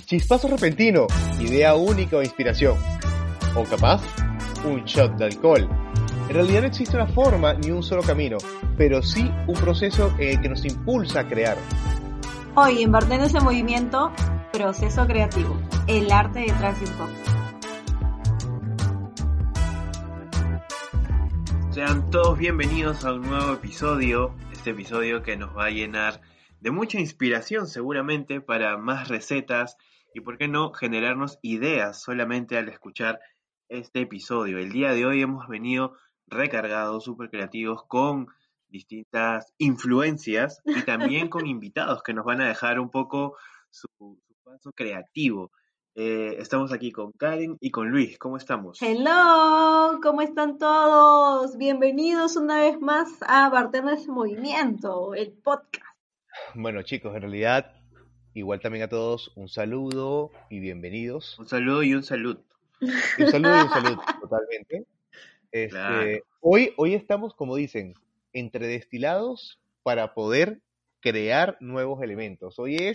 Chispazo repentino, idea única o inspiración. O capaz, un shot de alcohol. En realidad no existe una forma ni un solo camino, pero sí un proceso que nos impulsa a crear. Hoy en Bartenders en Movimiento, proceso creativo, el arte detrás de un cóctel. Sean todos bienvenidos a un nuevo episodio, este episodio que nos va a llenar de mucha inspiración seguramente para más recetas y por qué no generarnos ideas solamente al escuchar este episodio. El día de hoy hemos venido recargados, súper creativos, con distintas influencias y también con invitados que nos van a dejar un poco su paso creativo. Estamos aquí con Karen y con Luis. ¿Cómo estamos? Hello, ¿cómo están todos? Bienvenidos una vez más a Bartenders en Movimiento, el podcast. Bueno, chicos, en realidad, igual también a todos un saludo y bienvenidos. Un saludo y un salud. Un saludo y un salud, totalmente. Claro. Hoy estamos, como dicen, entre destilados para poder crear nuevos elementos.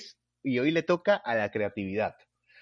Hoy le toca a la creatividad.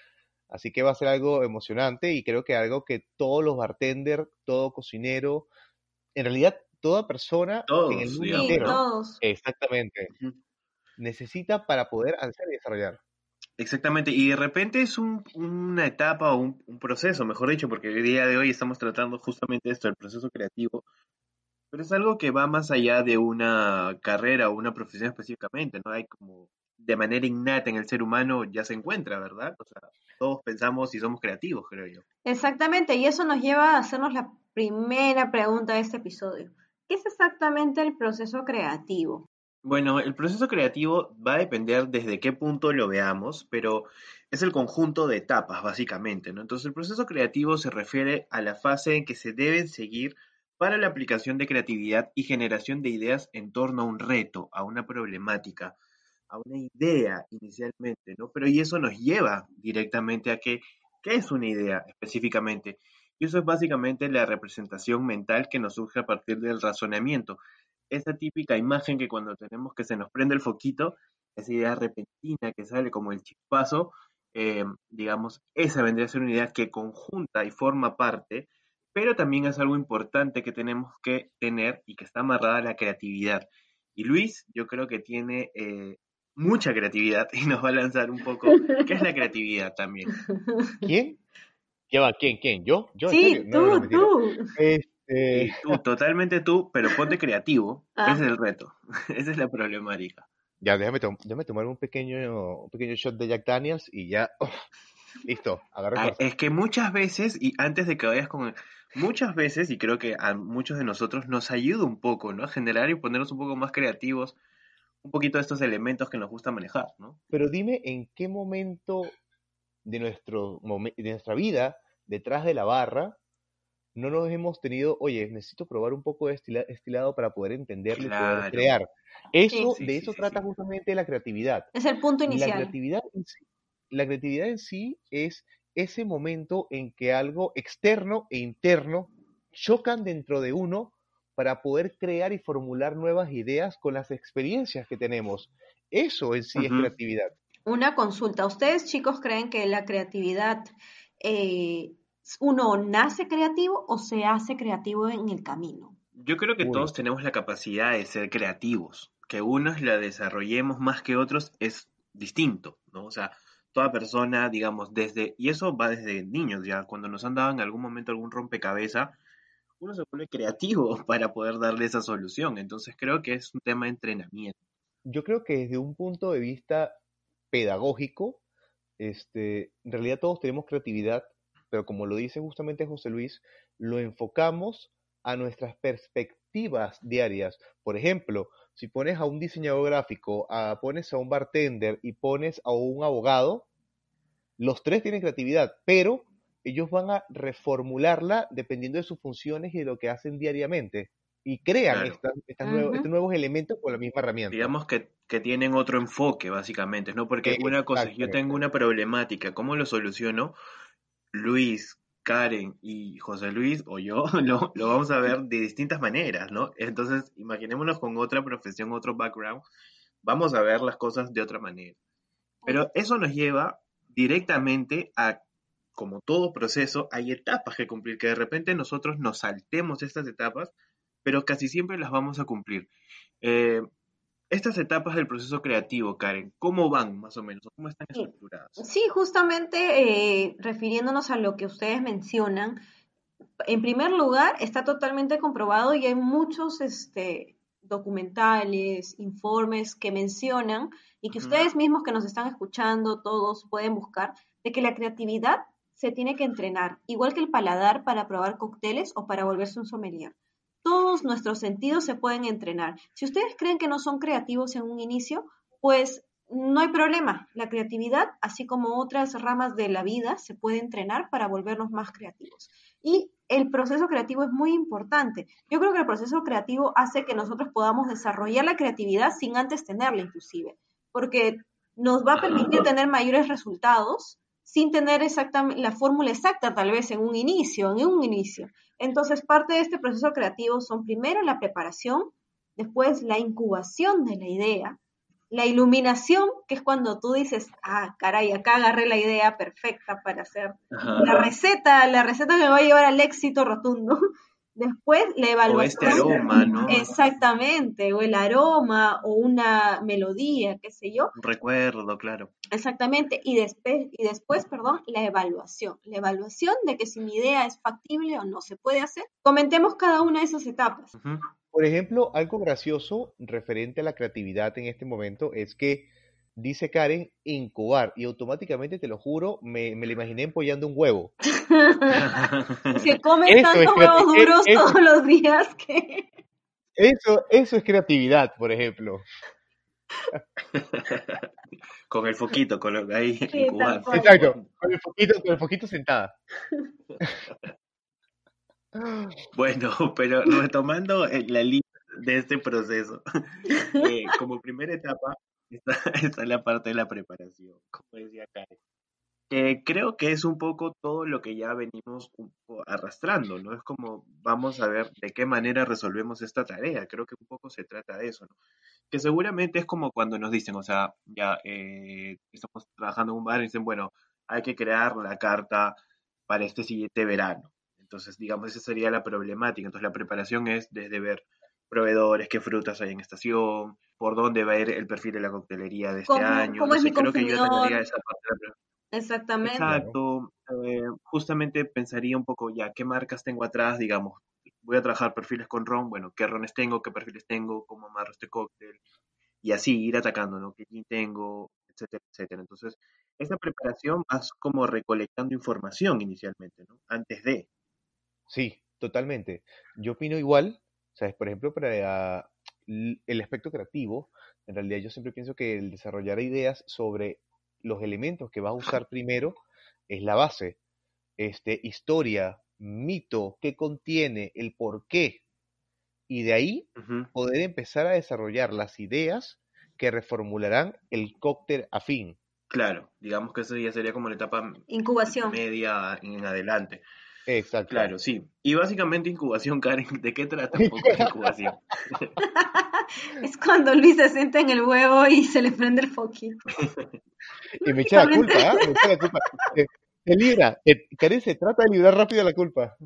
Así que va a ser algo emocionante y creo que algo que todos los bartenders, todo cocinero, en realidad toda persona en el Todos, mundo digamos, Sí, entero, ¿no? todos. exactamente, Ujú. necesita para poder hacer y desarrollar. Exactamente, y de repente es una etapa o un proceso, mejor dicho, porque el día de hoy estamos tratando justamente esto, el proceso creativo, pero es algo que va más allá de una carrera o una profesión específicamente, ¿no? Hay como de manera innata en el ser humano ya se encuentra, ¿verdad? O sea, todos pensamos y somos creativos, creo yo. Exactamente, y eso nos lleva a hacernos la primera pregunta de este episodio. ¿Qué es exactamente el proceso creativo? Bueno, el proceso creativo va a depender desde qué punto lo veamos, pero es el conjunto de etapas, básicamente, ¿no? Entonces, el proceso creativo se refiere a la fase en que se deben seguir para la aplicación de creatividad y generación de ideas en torno a un reto, a una problemática, a una idea inicialmente, ¿no? Pero y eso nos lleva directamente a ¿qué es una idea específicamente? Y eso es básicamente la representación mental que nos surge a partir del razonamiento, esa típica imagen que cuando tenemos que se nos prende el foquito, esa idea repentina que sale como el chispazo, digamos, esa vendría a ser una idea que conjunta y forma parte, pero también es algo importante que tenemos que tener y que está amarrada a la creatividad. Y Luis, yo creo que tiene mucha creatividad y nos va a lanzar un poco qué es la creatividad también. ¿Quién? ¿Qué va? ¿Quién? ¿Yo? ¿En serio? Sí, No, no, tú, mentira. tú. Este, Y tú, totalmente tú, pero ponte creativo. Ah, Ese es el reto. Esa es la problemática. ya, déjame tomar un pequeño shot de Jack Daniels y ya, listo, agarré fuerza. Es que muchas veces, y antes de que vayas con... Muchas veces, y creo que a muchos de nosotros nos ayuda un poco, ¿no? A generar y ponernos un poco más creativos, un poquito de estos elementos que nos gusta manejar, ¿no? Pero dime en qué momento de nuestra vida, detrás de la barra, no nos hemos tenido, oye, necesito probar un poco de estilado para poder entenderlo y poder Claro. crear. sí, Sí, De sí, eso sí, trata sí. justamente la creatividad. es el punto La inicial. creatividad la creatividad en sí es ese momento en que algo externo e interno chocan dentro de uno para poder crear y formular nuevas ideas con las experiencias que tenemos. Eso en sí es Ujú. creatividad. Una consulta. ¿Ustedes, chicos, creen que la creatividad, eh, uno nace creativo o se hace creativo en el camino? Yo creo que Uy, todos tenemos la capacidad de ser creativos. Que unos la desarrollemos más que otros es distinto, ¿no? O sea, toda persona, digamos, y eso va desde niños ya, cuando nos han dado en algún momento algún rompecabezas, uno se vuelve creativo para poder darle esa solución. Entonces creo que es un tema de entrenamiento. yo creo que desde un punto de vista pedagógico, en realidad todos tenemos creatividad, pero como lo dice justamente José Luis, lo enfocamos a nuestras perspectivas diarias. Por ejemplo, si pones a un diseñador gráfico, pones a un bartender y pones a un abogado, los tres tienen creatividad, pero ellos van a reformularla dependiendo de sus funciones y de lo que hacen diariamente. Y crean Claro. estos Ujú. nuevos elementos con la misma herramienta. Digamos que tienen otro enfoque, básicamente, ¿no? Porque una cosa es, yo tengo Exactamente. una problemática, ¿cómo lo soluciono? Luis, Karen y José Luis, o yo, lo vamos a ver de distintas maneras, ¿no? Entonces, imaginémonos con otra profesión, otro background, vamos a ver las cosas de otra manera. Pero eso nos lleva directamente a, como todo proceso, hay etapas que cumplir, que de repente nosotros nos saltemos estas etapas, pero casi siempre las vamos a cumplir. Eh, estas etapas del proceso creativo, Karen, ¿cómo van más o menos? ¿Cómo están Sí, estructuradas? sí, justamente refiriéndonos a lo que ustedes mencionan, en primer lugar, está totalmente comprobado y hay muchos documentales, informes que mencionan y que Ujú. ustedes mismos que nos están escuchando, todos pueden buscar, de que la creatividad se tiene que entrenar, igual que el paladar para probar cócteles o para volverse un sommelier. Todos nuestros sentidos se pueden entrenar. Si ustedes creen que no son creativos en un inicio, pues no hay problema. La creatividad, así como otras ramas de la vida, se puede entrenar para volvernos más creativos. Y el proceso creativo es muy importante. Yo creo que el proceso creativo hace que nosotros podamos desarrollar la creatividad sin antes tenerla inclusive, porque nos va a permitir tener mayores resultados sin tener exactamente la fórmula exacta tal vez en un inicio. Entonces, parte de este proceso creativo son primero la preparación, después la incubación de la idea, la iluminación, que es cuando tú dices, ah, caray, acá agarré la idea perfecta para hacer la Ajá. receta, la receta que me va a llevar al éxito rotundo. Después, la O este evaluación, aroma, ¿no? exactamente, o el aroma, o una melodía, qué sé yo. Un recuerdo, claro. Exactamente, y después, perdón, la evaluación de que si mi idea es factible o no se puede hacer. Comentemos cada una de esas etapas. Ujú. Por ejemplo, algo gracioso referente a la creatividad en este momento es que dice Karen incubar y automáticamente, te lo juro, me lo imaginé empollando un huevo. Se comen Eso es, tantos huevos duros todos los días que... eso es creatividad, por ejemplo. Con el foquito, ahí Sí, tal incubando. cual. Exacto, con el foquito sentada. Bueno, pero retomando la línea de este proceso, como primera etapa está, está la parte de la preparación, como decía Karen. Creo que es un poco todo lo que ya venimos un poco arrastrando, ¿no? Es como vamos a ver de qué manera resolvemos esta tarea. Creo que un poco se trata de eso, ¿no? Que seguramente es como cuando nos dicen, o sea, ya estamos trabajando en un bar y dicen, bueno, hay que crear la carta para este siguiente verano. Entonces, digamos, esa sería la problemática. Entonces, la preparación es desde ver proveedores, qué frutas hay en estación, por dónde va a ir el perfil de la coctelería de este año. ¿Cómo No es mi sé, creo que yo atacaría consumidor? esa parte de la. Exactamente. Claro. Exacto. Justamente pensaría un poco ya qué marcas tengo atrás, digamos, voy a trabajar perfiles con ron, bueno, qué rones tengo, qué perfiles tengo, cómo amarro este cóctel, y así ir atacando, ¿no? ¿Qué gin tengo, etcétera, etcétera? Entonces, esta preparación vas como recolectando información inicialmente, ¿no? Antes de. Sí, totalmente. Yo opino igual, ¿sabes? Por ejemplo, para el aspecto creativo, en realidad yo siempre pienso que el desarrollar ideas sobre los elementos que vas a usar primero es la base. Historia, mito, qué contiene, el por qué, y de ahí Ujú. poder empezar a desarrollar las ideas que reformularán el cóctel afín. Claro, digamos que eso ya sería como la etapa Incubación. media en adelante. Exacto. Claro, sí. Y básicamente incubación, Karen, ¿de qué trata un poco la incubación? Es cuando Luis se sienta en el huevo y se le prende el foquito. Y me echa la Básicamente, culpa, ¿ah? Me echa la culpa. Se libra. Karen, se trata de librar rápido la culpa.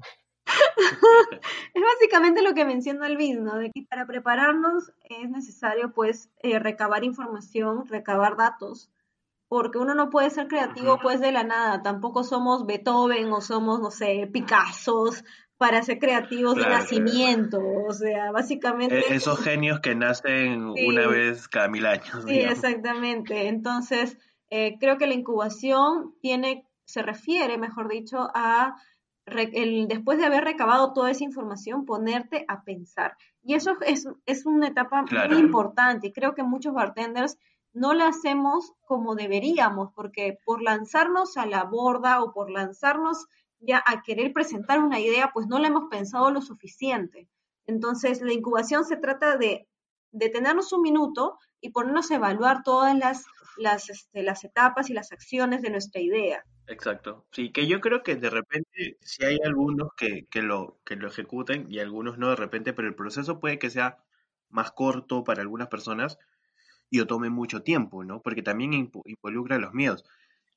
es básicamente lo que menciona Luis, ¿no? De que para prepararnos es necesario, pues, recabar información, recabar datos, porque uno no puede ser creativo, Ujú. pues, de la nada. Tampoco somos Beethoven o somos, no sé, Picassos para ser creativos de Claro. nacimiento. O sea, básicamente, Esos genios que nacen una sí, vez cada 1000 años, sí, digamos. exactamente. Entonces, creo que la incubación se refiere, mejor dicho, a después de haber recabado toda esa información, ponerte a pensar. Y eso es una etapa Claro, muy importante y creo que muchos bartenders no la hacemos como deberíamos, porque por lanzarnos a la borda o por lanzarnos ya a querer presentar una idea, pues no la hemos pensado lo suficiente. Entonces, la incubación se trata de detenernos un minuto y ponernos a evaluar todas las etapas y las acciones de nuestra idea. exacto. Sí, que yo creo que de repente sí hay algunos que lo ejecuten y algunos no de repente, pero el proceso puede que sea más corto para algunas personas y o tome mucho tiempo, ¿no? Porque también involucra los miedos.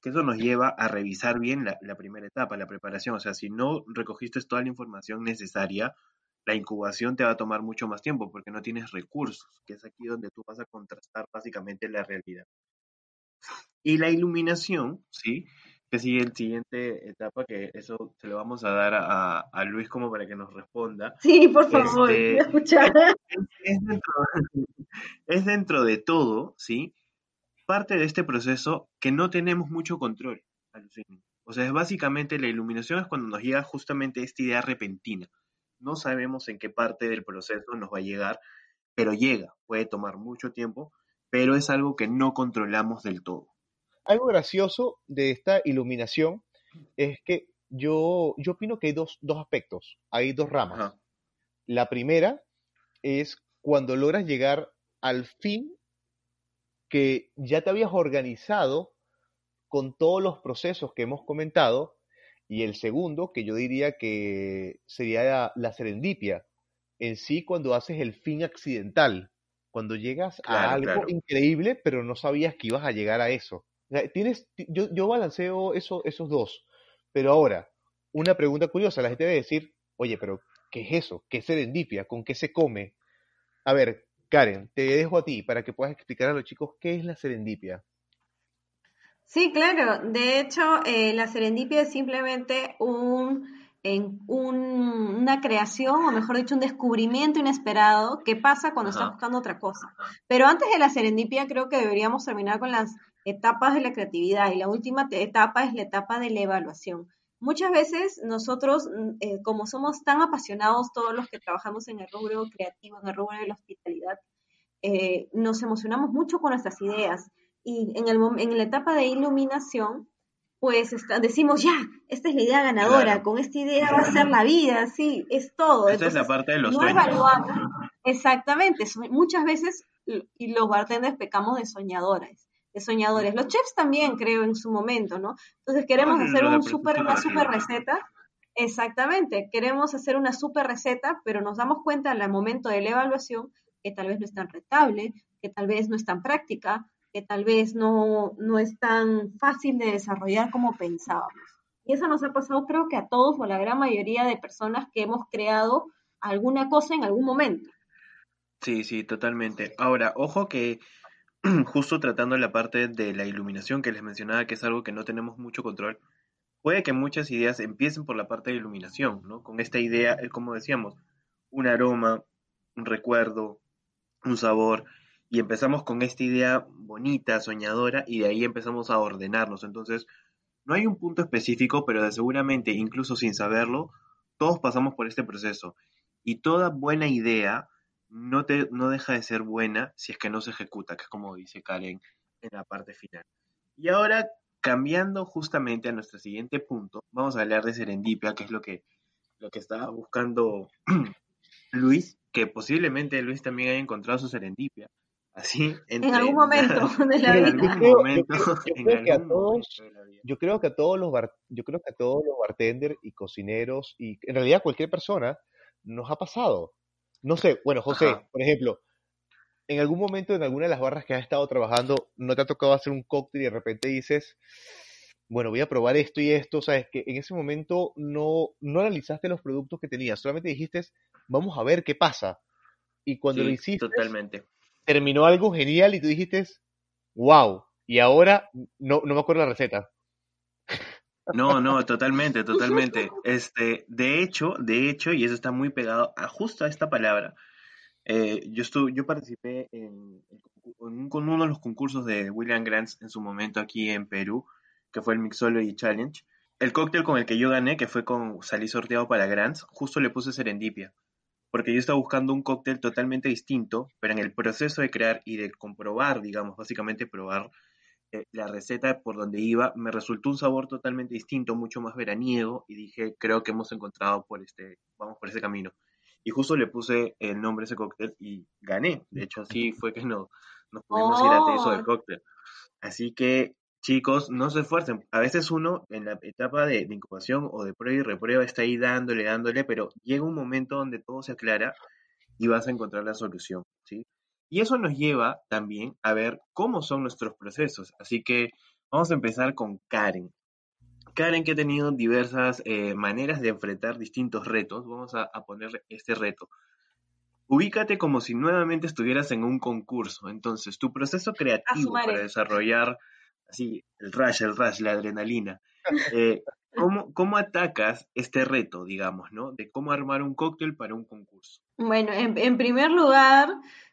que eso nos lleva a revisar bien la primera etapa, la preparación. O sea, si no recogiste toda la información necesaria, la incubación te va a tomar mucho más tiempo porque no tienes recursos, que es aquí donde tú vas a contrastar básicamente la realidad. Y la iluminación, ¿sí? Que sigue el siguiente etapa, que eso se lo vamos a dar a Luis como para que nos responda. Sí, por favor, quiero Este, escuchar. es dentro, es dentro de todo, ¿sí? Parte de este proceso que no tenemos mucho control, alucinen. O sea, es básicamente la iluminación es cuando nos llega justamente esta idea repentina. No sabemos en qué parte del proceso nos va a llegar, pero llega, puede tomar mucho tiempo, pero es algo que no controlamos del todo. Algo gracioso de esta iluminación es que yo opino que hay dos aspectos, hay dos Ajá, ramas. La primera es cuando logras llegar al fin que ya te habías organizado con todos los procesos que hemos comentado, y el segundo, que yo diría que sería la serendipia, en sí cuando haces el fin accidental, cuando llegas a claro, algo claro. increíble, pero no sabías que ibas a llegar a eso. O sea, yo balanceo esos dos, pero ahora, una pregunta curiosa, la gente debe decir, oye, pero ¿qué es eso? ¿Qué es serendipia? ¿Con qué se come? A ver, Karen, te dejo a ti para que puedas explicar a los chicos qué es la serendipia. Sí, claro. De hecho, la serendipia es simplemente una creación, o mejor dicho, un descubrimiento inesperado que pasa cuando estás Ajá, buscando otra cosa. Pero antes de la serendipia, creo que deberíamos terminar con las etapas de la creatividad. Y la última etapa es la etapa de la evaluación. Muchas veces nosotros, como somos tan apasionados todos los que trabajamos en el rubro creativo, en el rubro de la hospitalidad, nos emocionamos mucho con nuestras ideas y en la etapa de iluminación, pues decimos, ya, esta es la idea ganadora, claro. con esta idea va a ser la vida, sí, es todo. Esta es la Entonces, parte de los no sueños. evaluamos exactamente. Muchas veces, y los bartenders pecamos de soñadores. Los Ujú. chefs también, creo, en su momento, ¿no? Entonces, No, queremos hacer los de proceso una super creativo. receta. Exactamente, queremos hacer una super receta, pero nos damos cuenta al momento de la evaluación que tal vez no es tan rentable, que tal vez no es tan práctica, que tal vez no es tan fácil de desarrollar como pensábamos. Y eso nos ha pasado creo que a todos o a la gran mayoría de personas que hemos creado alguna cosa en algún momento. Sí, sí, totalmente. Ahora, ojo que justo tratando la parte de la iluminación que les mencionaba, que es algo que no tenemos mucho control, puede que muchas ideas empiecen por la parte de iluminación, ¿no? Con esta idea, como decíamos, un aroma, un recuerdo, un sabor, y empezamos con esta idea bonita, soñadora, y de ahí empezamos a ordenarnos. Entonces, no hay un punto específico, pero seguramente, incluso sin saberlo, todos pasamos por este proceso. Y toda buena idea no deja de ser buena si es que no se ejecuta, que es como dice Karen en la parte final. Y ahora, cambiando justamente a nuestro siguiente punto, vamos a hablar de serendipia, que es lo que estaba buscando Luis, que posiblemente Luis también haya encontrado su serendipia. Así, En algún momento de la en Yo, vida. yo algún creo, yo momento, creo, yo en creo que a algún momento todos, de la vida. yo creo que a todos los bartenders y cocineros y en realidad cualquier persona nos ha pasado. No sé, bueno, José, Ajá. por ejemplo, en algún momento en alguna de las barras que has estado trabajando, ¿no te ha tocado hacer un cóctel y de repente dices, bueno, voy a probar esto y esto? Sabes que en ese momento no analizaste los productos que tenías, solamente dijiste, vamos a ver qué pasa. Y cuando lo Sí, hiciste, totalmente. terminó algo genial y tú dijiste, wow, y ahora no me acuerdo la receta. No, no, totalmente, totalmente. De hecho, y eso está muy pegado a justo a esta palabra. Yo participé con uno de los concursos de William Grants en su momento aquí en Perú, que fue el Mixology Challenge. El cóctel con el que yo gané, que fue con salí sorteado para Grants, justo le puse serendipia, porque yo estaba buscando un cóctel totalmente distinto, pero en el proceso de crear y de comprobar, digamos, básicamente probar la receta por donde iba, me resultó un sabor totalmente distinto, mucho más veraniego, y dije, creo que hemos encontrado vamos por ese camino. Y justo le puse el nombre a ese cóctel y gané. De hecho, así fue que nos pudimos ir a Teiso de Oh, cóctel. Así que, chicos, no se esfuercen. A veces uno en la etapa de incubación o de prueba y reprueba está ahí dándole, dándole, pero llega un momento donde todo se aclara y vas a encontrar la solución, ¿sí? Y eso nos lleva también a ver cómo son nuestros procesos. Así que Vamos a empezar con Karen. Karen, que ha tenido diversas maneras de enfrentar distintos retos. Vamos a poner este reto. Ubícate como si nuevamente estuvieras en un concurso. Entonces, tu proceso A creativo para Sumare. desarrollar así el rush, la adrenalina. eh, ¿cómo atacas este reto, digamos, ¿no? De cómo armar un cóctel para un concurso. Bueno, en primer lugar,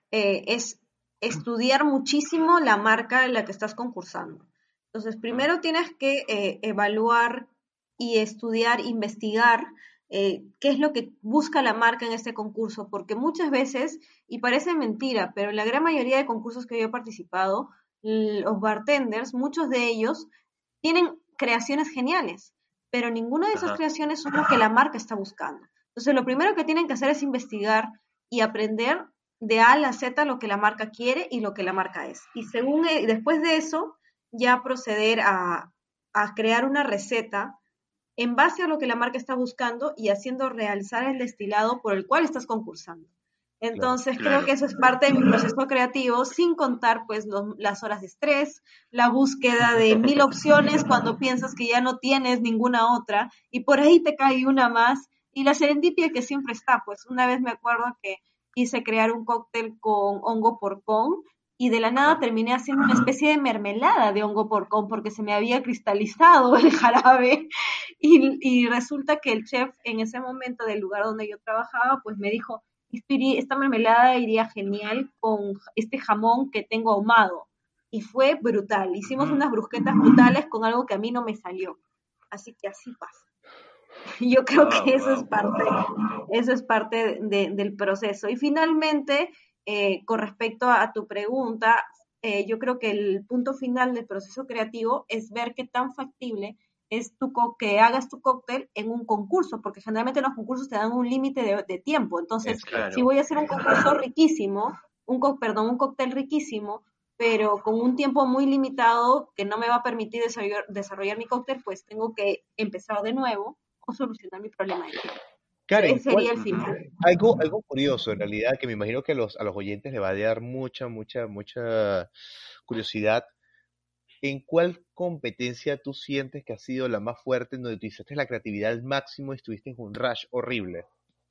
es estudiar muchísimo la marca en la que estás concursando. Entonces, ¿Mm? primero tienes que evaluar y estudiar, investigar qué es lo que busca la marca en este concurso, porque muchas veces, y parece mentira, pero en la gran mayoría de concursos que yo he participado, los bartenders, muchos de ellos, tienen creaciones geniales, pero ninguna de esas Ajá. creaciones son lo que la marca está buscando. Entonces, lo primero que tienen que hacer es investigar y aprender de A a la Z lo que la marca quiere y lo que la marca es. Y después de eso, ya proceder a crear una receta en base a lo que la marca está buscando y haciendo realzar el destilado por el cual estás concursando. Claro. Entonces creo Claro. que eso es parte de mi proceso creativo, sin contar pues las horas de estrés, la búsqueda de 1000 opciones cuando piensas que ya no tienes ninguna otra y por ahí te cae una más y la serendipia que siempre está, pues una vez me acuerdo que quise crear un cóctel con hongo porcón y de la nada Ajá. terminé haciendo una especie de mermelada de hongo porcón porque se me había cristalizado el jarabe y resulta que el chef en ese momento del lugar donde yo trabajaba, pues me dijo, esta mermelada iría genial con este jamón que tengo ahumado. Y fue brutal. Hicimos Ujú. unas brusquetas brutales con algo que a mí no me salió. Así que así pasa. Yo creo Wow, que wow. eso es parte del proceso. Y finalmente, con respecto a tu pregunta, yo creo que el punto final del proceso creativo es ver qué tan factible es que hagas tu cóctel en un concurso, porque generalmente los concursos te dan un límite de tiempo. Entonces, si Exacto. Claro. voy a hacer un concurso riquísimo, un cóctel riquísimo, pero con un tiempo muy limitado que no me va a permitir desarrollar mi cóctel, pues tengo que empezar de nuevo o solucionar mi problema de tiempo. Karen, Ese sería el Ujú. final. algo curioso en realidad que me imagino que a los oyentes les va a dar mucha curiosidad. ¿En cuál competencia tú sientes que ha sido la más fuerte en donde utilizaste la creatividad al máximo y estuviste en un rush horrible?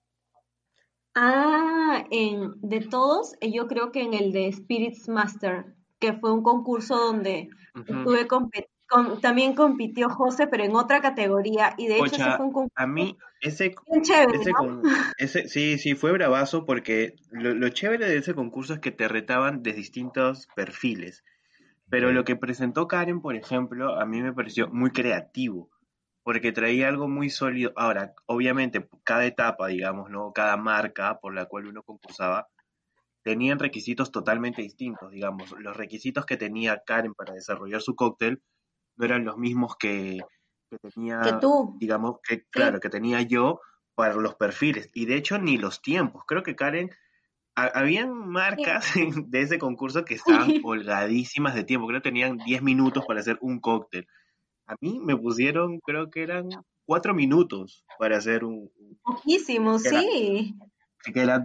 De todos, yo creo que en el de Spirits Master, que fue un concurso donde Ujú. también compitió José, pero en otra categoría, y de hecho ese fue Pocha, un a concurso mí ese, bien chévere, ese ¿no? con, ese, sí, sí, fue bravazo porque lo chévere de ese concurso es que te retaban de distintos perfiles. Pero lo Ok. que presentó Karen, por ejemplo, a mí me pareció muy creativo, porque traía algo muy sólido. Ahora, obviamente, cada etapa, digamos, ¿no? Cada marca por la cual uno concursaba, tenían requisitos totalmente distintos, digamos. Los requisitos que tenía Karen para desarrollar su cóctel no eran los mismos que Que tenía, tú, digamos, que sí. claro, que tenía yo para los perfiles. Y de hecho, ni los tiempos. Creo que Karen habían marcas de ese concurso que estaban holgadísimas de tiempo, creo que tenían 10 minutos para hacer un cóctel. A mí me pusieron, creo que eran 4 minutos para hacer Poquísimo, que era, sí. que era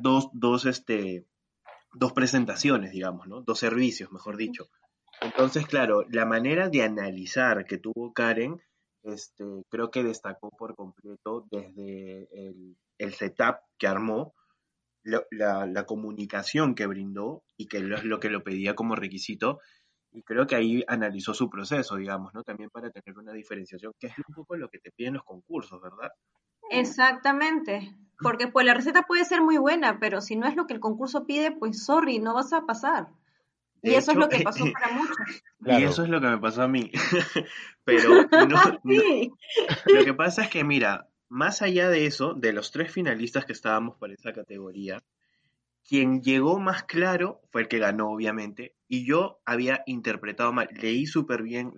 dos presentaciones, digamos, ¿no? Dos servicios, mejor dicho. Entonces, claro, la manera de analizar que tuvo Karen, creo que destacó por completo desde el setup que armó, la comunicación que brindó y que es lo que lo pedía como requisito. Y creo que ahí analizó su proceso, digamos, ¿no? También para tener una diferenciación, que es un poco lo que te piden los concursos, ¿verdad? Exactamente. Porque pues la receta puede ser muy buena, pero si no es lo que el concurso pide, pues sorry, no vas a pasar. Y De eso es hecho, lo que pasó para muchos. y Claro. eso es lo que me pasó a mí. Pero Sí. lo que pasa es que, mira, más allá de eso, de los tres finalistas que estábamos para esa categoría, quien llegó más claro fue el que ganó, obviamente, y yo había interpretado mal, leí súper bien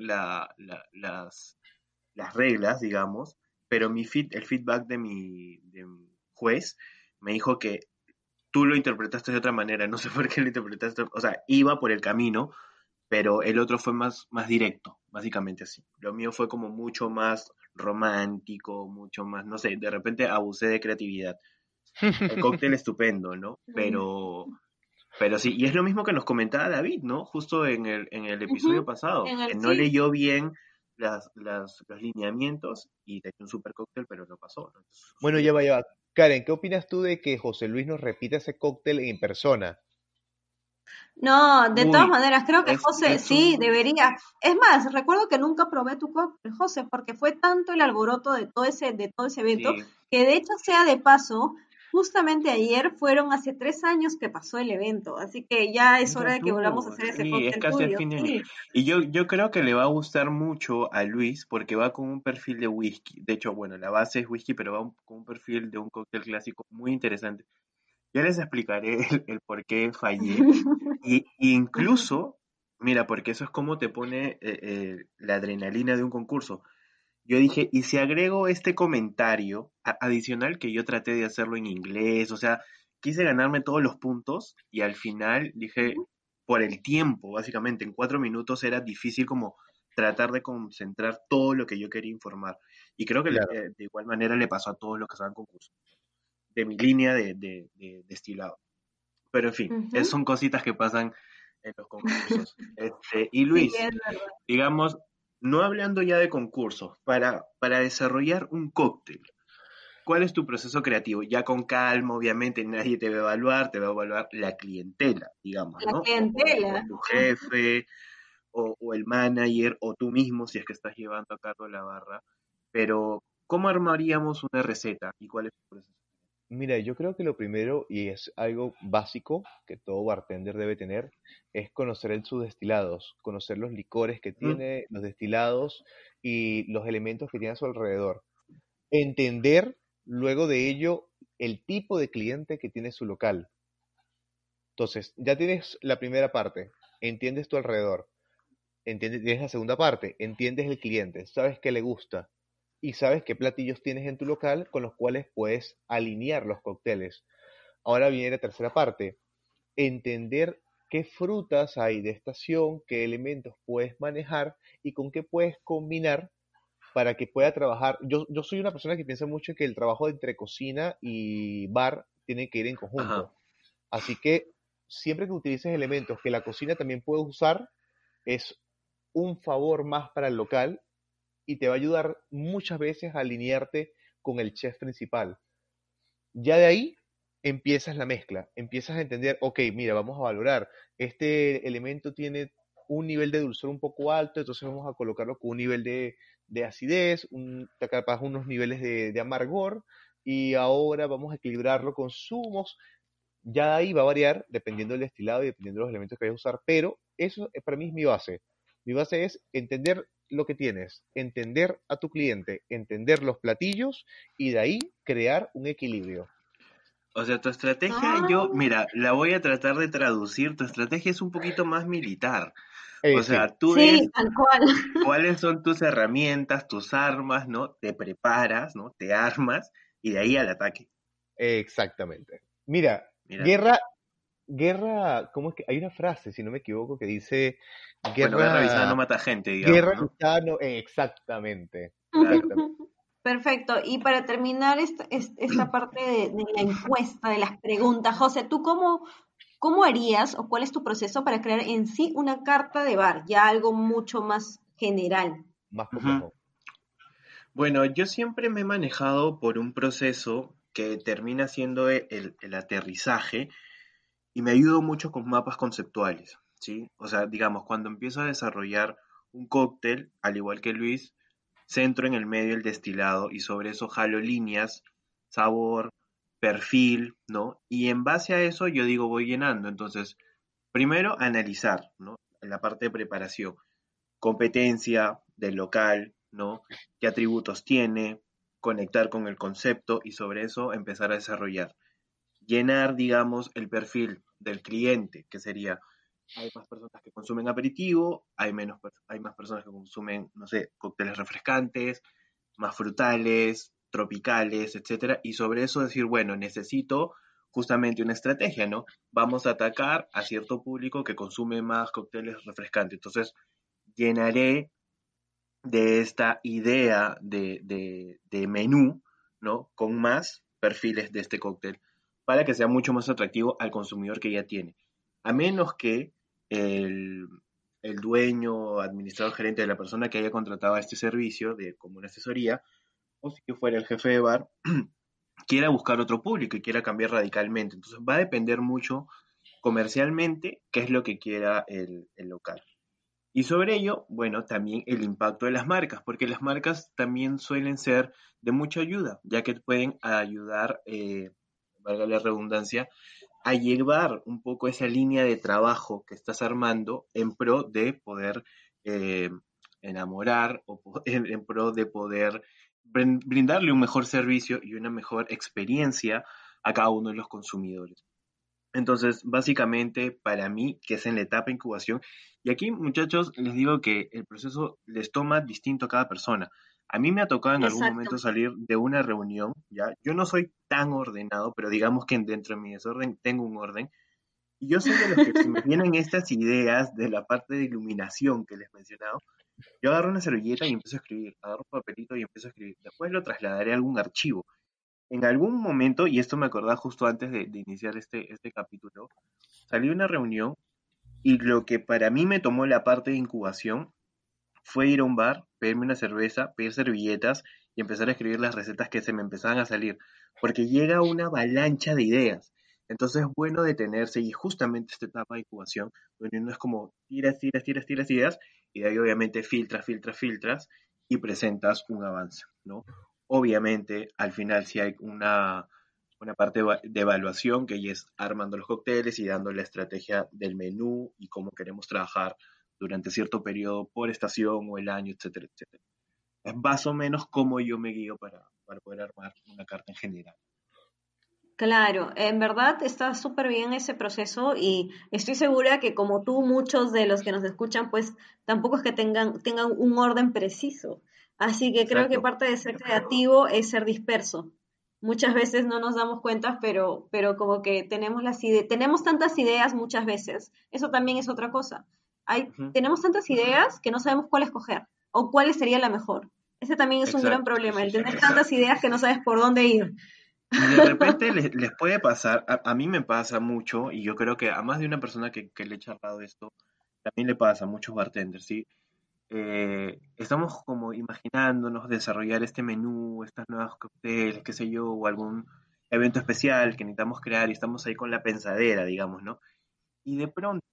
las reglas, digamos, pero el feedback de mi juez me dijo que tú lo interpretaste de otra manera, no sé por qué lo interpretaste, o sea, iba por el camino, pero el otro fue más directo, básicamente así. Lo mío fue como mucho más romántico, mucho más, no sé, de repente abusé de creatividad. El cóctel estupendo, ¿no? Pero sí, y es lo mismo que nos comentaba David, ¿no? Justo en el episodio Ujú. pasado, En que el no sí. leyó bien los lineamientos y tenía un super cóctel, pero no pasó, ¿no? Entonces, Bueno, suele pasar. ya va. Karen, ¿qué opinas tú de que José Luis nos repita ese cóctel en persona? No, de todas Uy, maneras, creo que José es sí un... debería. Es más, recuerdo que nunca probé tu cóctel, José, porque fue tanto el alboroto de todo ese evento, Sí, que de hecho sea de paso, justamente ayer fueron hace 3 años que pasó el evento, así que ya es hora mira de que volvamos a tú, hacer ese sí, es cóctel casi el tuyo. fin de año. Sí. Y yo creo que le va a gustar mucho a Luis porque va con un perfil de whisky. De hecho, bueno, la base es whisky, pero con un perfil de un cóctel clásico muy interesante. Ya les explicaré el por qué fallé. Y Ujú. incluso, mira, porque eso es como te pone la adrenalina de un concurso. Yo dije, ¿y si agrego este comentario adicional que yo traté de hacerlo en inglés? O sea, quise ganarme todos los puntos y al final dije, Ujú. por el tiempo, básicamente, en 4 minutos era difícil como tratar de concentrar todo lo que yo quería informar. Y creo que Claro, de igual manera le pasó a todos los que estaban en concurso, de mi línea de destilado. Pero en fin, Ujú. son cositas que pasan en los concursos. Y Sí, Luis, es verdad. digamos, no hablando ya de concursos, para desarrollar un cóctel, ¿cuál es tu proceso creativo? Ya con calma, obviamente, nadie te va a evaluar, te va a evaluar la clientela, digamos, La ¿no? O clientela. tu jefe, o el manager, o tú mismo, si es que estás llevando a cargo la barra. Pero, ¿cómo armaríamos una receta? ¿Y cuál es tu proceso? mira, yo creo que lo primero, y es algo básico que todo bartender debe tener, es conocer sus destilados, conocer los licores que Ujú. tiene, los destilados y los elementos que tiene a su alrededor. Entender luego de ello el tipo de cliente que tiene su local. Entonces, ya tienes la primera parte, entiendes tu alrededor. Tienes la segunda parte, entiendes el cliente, sabes qué le gusta y sabes qué platillos tienes en tu local con los cuales puedes alinear los cócteles. Ahora viene la tercera parte, entender qué frutas hay de estación, qué elementos puedes manejar y con qué puedes combinar para que pueda trabajar. Yo soy una persona que piensa mucho que el trabajo entre cocina y bar tiene que ir en Ajá. conjunto. Así que siempre que utilices elementos que la cocina también puede usar, es un favor más para el local y te va a ayudar muchas veces a alinearte con el chef principal. Ya de ahí empiezas la mezcla, empiezas a entender, ok, mira, vamos a valorar, este elemento tiene un nivel de dulzor un poco alto, entonces vamos a colocarlo con un nivel de acidez, capaz unos niveles de amargor, y ahora vamos a equilibrarlo con zumos. Ya ahí va a variar dependiendo del destilado y dependiendo de los elementos que vayas a usar, pero eso para mí es mi base. Mi base es entender lo que tienes, entender a tu cliente, entender los platillos y de ahí crear un equilibrio. O sea, tu estrategia, Ah, mira, la voy a tratar de traducir. Tu estrategia es un poquito más militar. O Sí, sea, tú ves sí, tal cual. cuáles son tus herramientas, tus armas, ¿no? Te preparas, ¿no? Te armas y de ahí al ataque. exactamente. Mira, Mira tú. guerra, ¿cómo es que? Hay una frase, si no me equivoco, que dice Bueno, guerra avisada guerra, no mata gente, digamos, guerra ¿no? avisada no, exactamente, Claro. exactamente. Perfecto. Y para terminar esta parte de la encuesta, de las preguntas, José, ¿tú cómo harías o cuál es tu proceso para crear en sí una carta de bar? Ya algo mucho más general. Más Ujú. complejo. Bueno, yo siempre me he manejado por un proceso que termina siendo el aterrizaje y me ayudo mucho con mapas conceptuales, ¿sí? O sea, digamos, cuando empiezo a desarrollar un cóctel, al igual que Luis, centro en el medio el destilado y sobre eso jalo líneas, sabor, perfil, ¿no? Y en base a eso yo digo voy llenando. Entonces, primero analizar, ¿no? En la parte de preparación, competencia del local, ¿no? ¿Qué atributos tiene? Conectar con el concepto y sobre eso empezar a desarrollar. Llenar, digamos, el perfil del cliente, que sería hay más personas que consumen aperitivo, hay más personas que consumen, no sé, cócteles refrescantes, más frutales, tropicales, etcétera, y sobre eso decir, bueno, necesito justamente una estrategia, ¿no? Vamos a atacar a cierto público que consume más cócteles refrescantes. Entonces, llenaré de esta idea de menú, ¿no? Con más perfiles de este cóctel para que sea mucho más atractivo al consumidor que ya tiene. a menos que el, el dueño, administrador, gerente de la persona que haya contratado este servicio como una asesoría, o si yo fuera el jefe de bar, quiera buscar otro público y quiera cambiar radicalmente. Entonces va a depender mucho comercialmente qué es lo que quiera el local. Y sobre ello, bueno, también el impacto de las marcas, porque las marcas también suelen ser de mucha ayuda, ya que pueden ayudar, valga la redundancia, a llevar un poco esa línea de trabajo que estás armando en pro de poder eh, enamorar o en pro de poder brindarle un mejor servicio y una mejor experiencia a cada uno de los consumidores. Entonces, básicamente, para mí, que es en la etapa de incubación, y aquí, muchachos, les digo que el proceso les toma distinto a cada persona. A mí me ha tocado en algún Exacto. momento salir de una reunión, ¿ya? Yo no soy tan ordenado, pero digamos que dentro de mi desorden tengo un orden. Y yo soy de los que si me vienen estas ideas de la parte de iluminación que les he mencionado, yo agarro una servilleta y empiezo a escribir, agarro un papelito y empiezo a escribir. Después lo trasladaré a algún archivo. En algún momento, y esto me acordaba justo antes de iniciar este capítulo, salí de una reunión y lo que para mí me tomó la parte de incubación fue ir a un bar, pedirme una cerveza, pedir servilletas y empezar a escribir las recetas que se me empezaban a salir, porque llega una avalancha de ideas. Entonces es bueno detenerse y justamente esta etapa de incubación, donde uno es como tiras ideas y de ahí obviamente filtras y presentas un avance, ¿no? Obviamente al final sí hay una parte de evaluación que ya es armando los cócteles y dando la estrategia del menú y cómo queremos trabajar durante cierto periodo por estación o el año, etcétera, etcétera. Es más o menos como yo me guío para poder armar una carta en general. Claro, en verdad está súper bien ese proceso y estoy segura que como tú, muchos de los que nos escuchan, pues tampoco es que tengan un orden preciso. Así que creo que Exacto. parte de ser creativo es ser disperso. Muchas veces no nos damos cuenta, pero como que tenemos tantas ideas muchas veces. Eso también es otra cosa. Ujú. Tenemos tantas ideas que no sabemos cuál escoger o cuál sería la mejor. Ese también es un gran Exacto, sí, problema, sí, el sí. tener tantas ideas que no sabes por dónde ir. Y de repente les puede pasar, a mí me pasa mucho, y yo creo que a más de una persona que le he charlado esto, también le pasa a muchos bartenders, ¿sí? Estamos como imaginándonos desarrollar este menú, estas nuevas cócteles, qué sé yo, o algún evento especial que necesitamos crear y estamos ahí con la pensadera, digamos, ¿no? Y de pronto,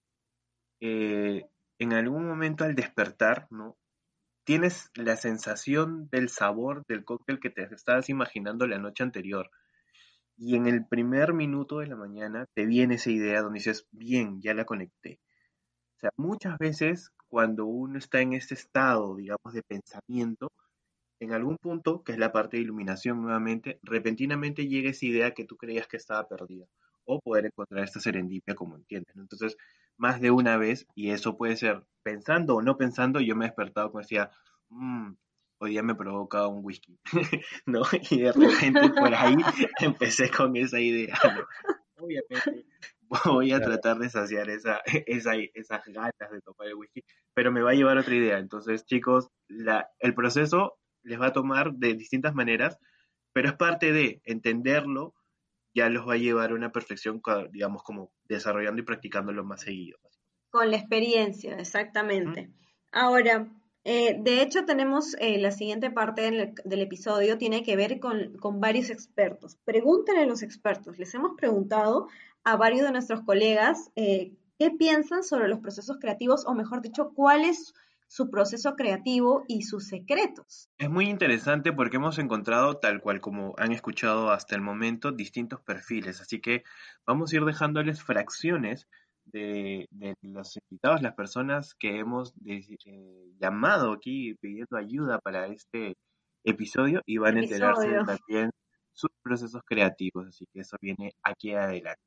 eh, en algún momento al despertar, ¿no? Tienes la sensación del sabor del cóctel que te estabas imaginando la noche anterior. Y en el primer minuto de la mañana te viene esa idea donde dices, bien, ya la conecté. O sea, muchas veces cuando uno está en este estado, digamos, de pensamiento, en algún punto, que es la parte de iluminación nuevamente, repentinamente llega esa idea que tú creías que estaba perdida. O poder encontrar esta serendipia como entiendes, ¿no? Entonces, más de una vez, y eso puede ser pensando o no pensando, yo me he despertado con decía, "Mm, hoy día me provoca un whisky", ¿no? Y de repente por ahí empecé con esa idea, ¿no? Obviamente voy a Claro. tratar de saciar esas ganas de tomar el whisky, pero me va a llevar otra idea. Entonces, chicos, el proceso les va a tomar de distintas maneras, pero es parte de entenderlo, ya los va a llevar a una perfección, digamos, como desarrollando y practicándolo más seguido. Con la experiencia, Ujú. exactamente. Ahora, de hecho tenemos la siguiente parte del episodio, tiene que ver con varios expertos. Pregúntenle a los expertos. Les hemos preguntado a varios de nuestros colegas qué piensan sobre los procesos creativos, o mejor dicho, cuál es su proceso creativo y sus secretos. Es muy interesante porque hemos encontrado, tal cual como han escuchado hasta el momento, distintos perfiles. Así que vamos a ir dejándoles fracciones de los invitados, las personas que hemos llamado aquí pidiendo ayuda para este episodio y van a enterarse de Episodio. también sus procesos creativos. Así que eso viene aquí adelante.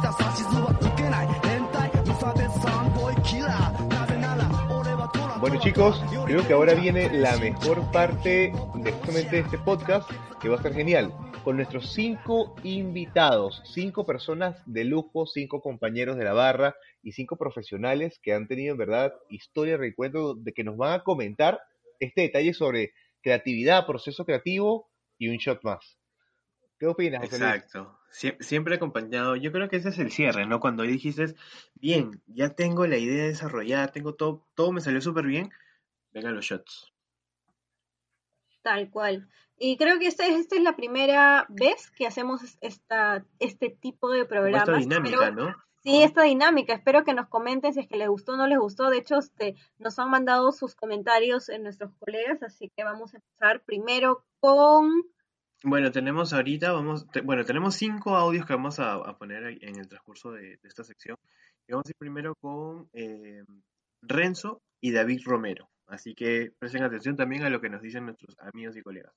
Bueno, chicos, chicos, creo que ahora viene la mejor parte de justamente este podcast, que va a ser genial, con nuestros 5 invitados, 5 personas de lujo, 5 compañeros de la barra y 5 profesionales que han tenido en verdad historia y recuerdo de que nos van a comentar este detalle sobre creatividad, proceso creativo y un shot más. ¿Qué opinas, José Luis? Exacto. Siempre acompañado. Yo creo que ese es el cierre, ¿no? Cuando dijiste, bien, ya tengo la idea desarrollada, tengo todo, todo me salió súper bien, vengan los shots. Tal cual. Y creo que esta es la primera vez que hacemos este tipo de Como esta programas. dinámica, ¿no? Sí, esta dinámica. Espero que nos comenten si es que les gustó o no les gustó. De hecho, nos han mandado sus comentarios en nuestros colegas, así que vamos a empezar primero con... Bueno, tenemos ahorita, bueno, tenemos 5 audios que vamos a poner en el transcurso de esta sección. Y vamos a ir primero con Renzo y David Romero. Así que presten atención también a lo que nos dicen nuestros amigos y colegas.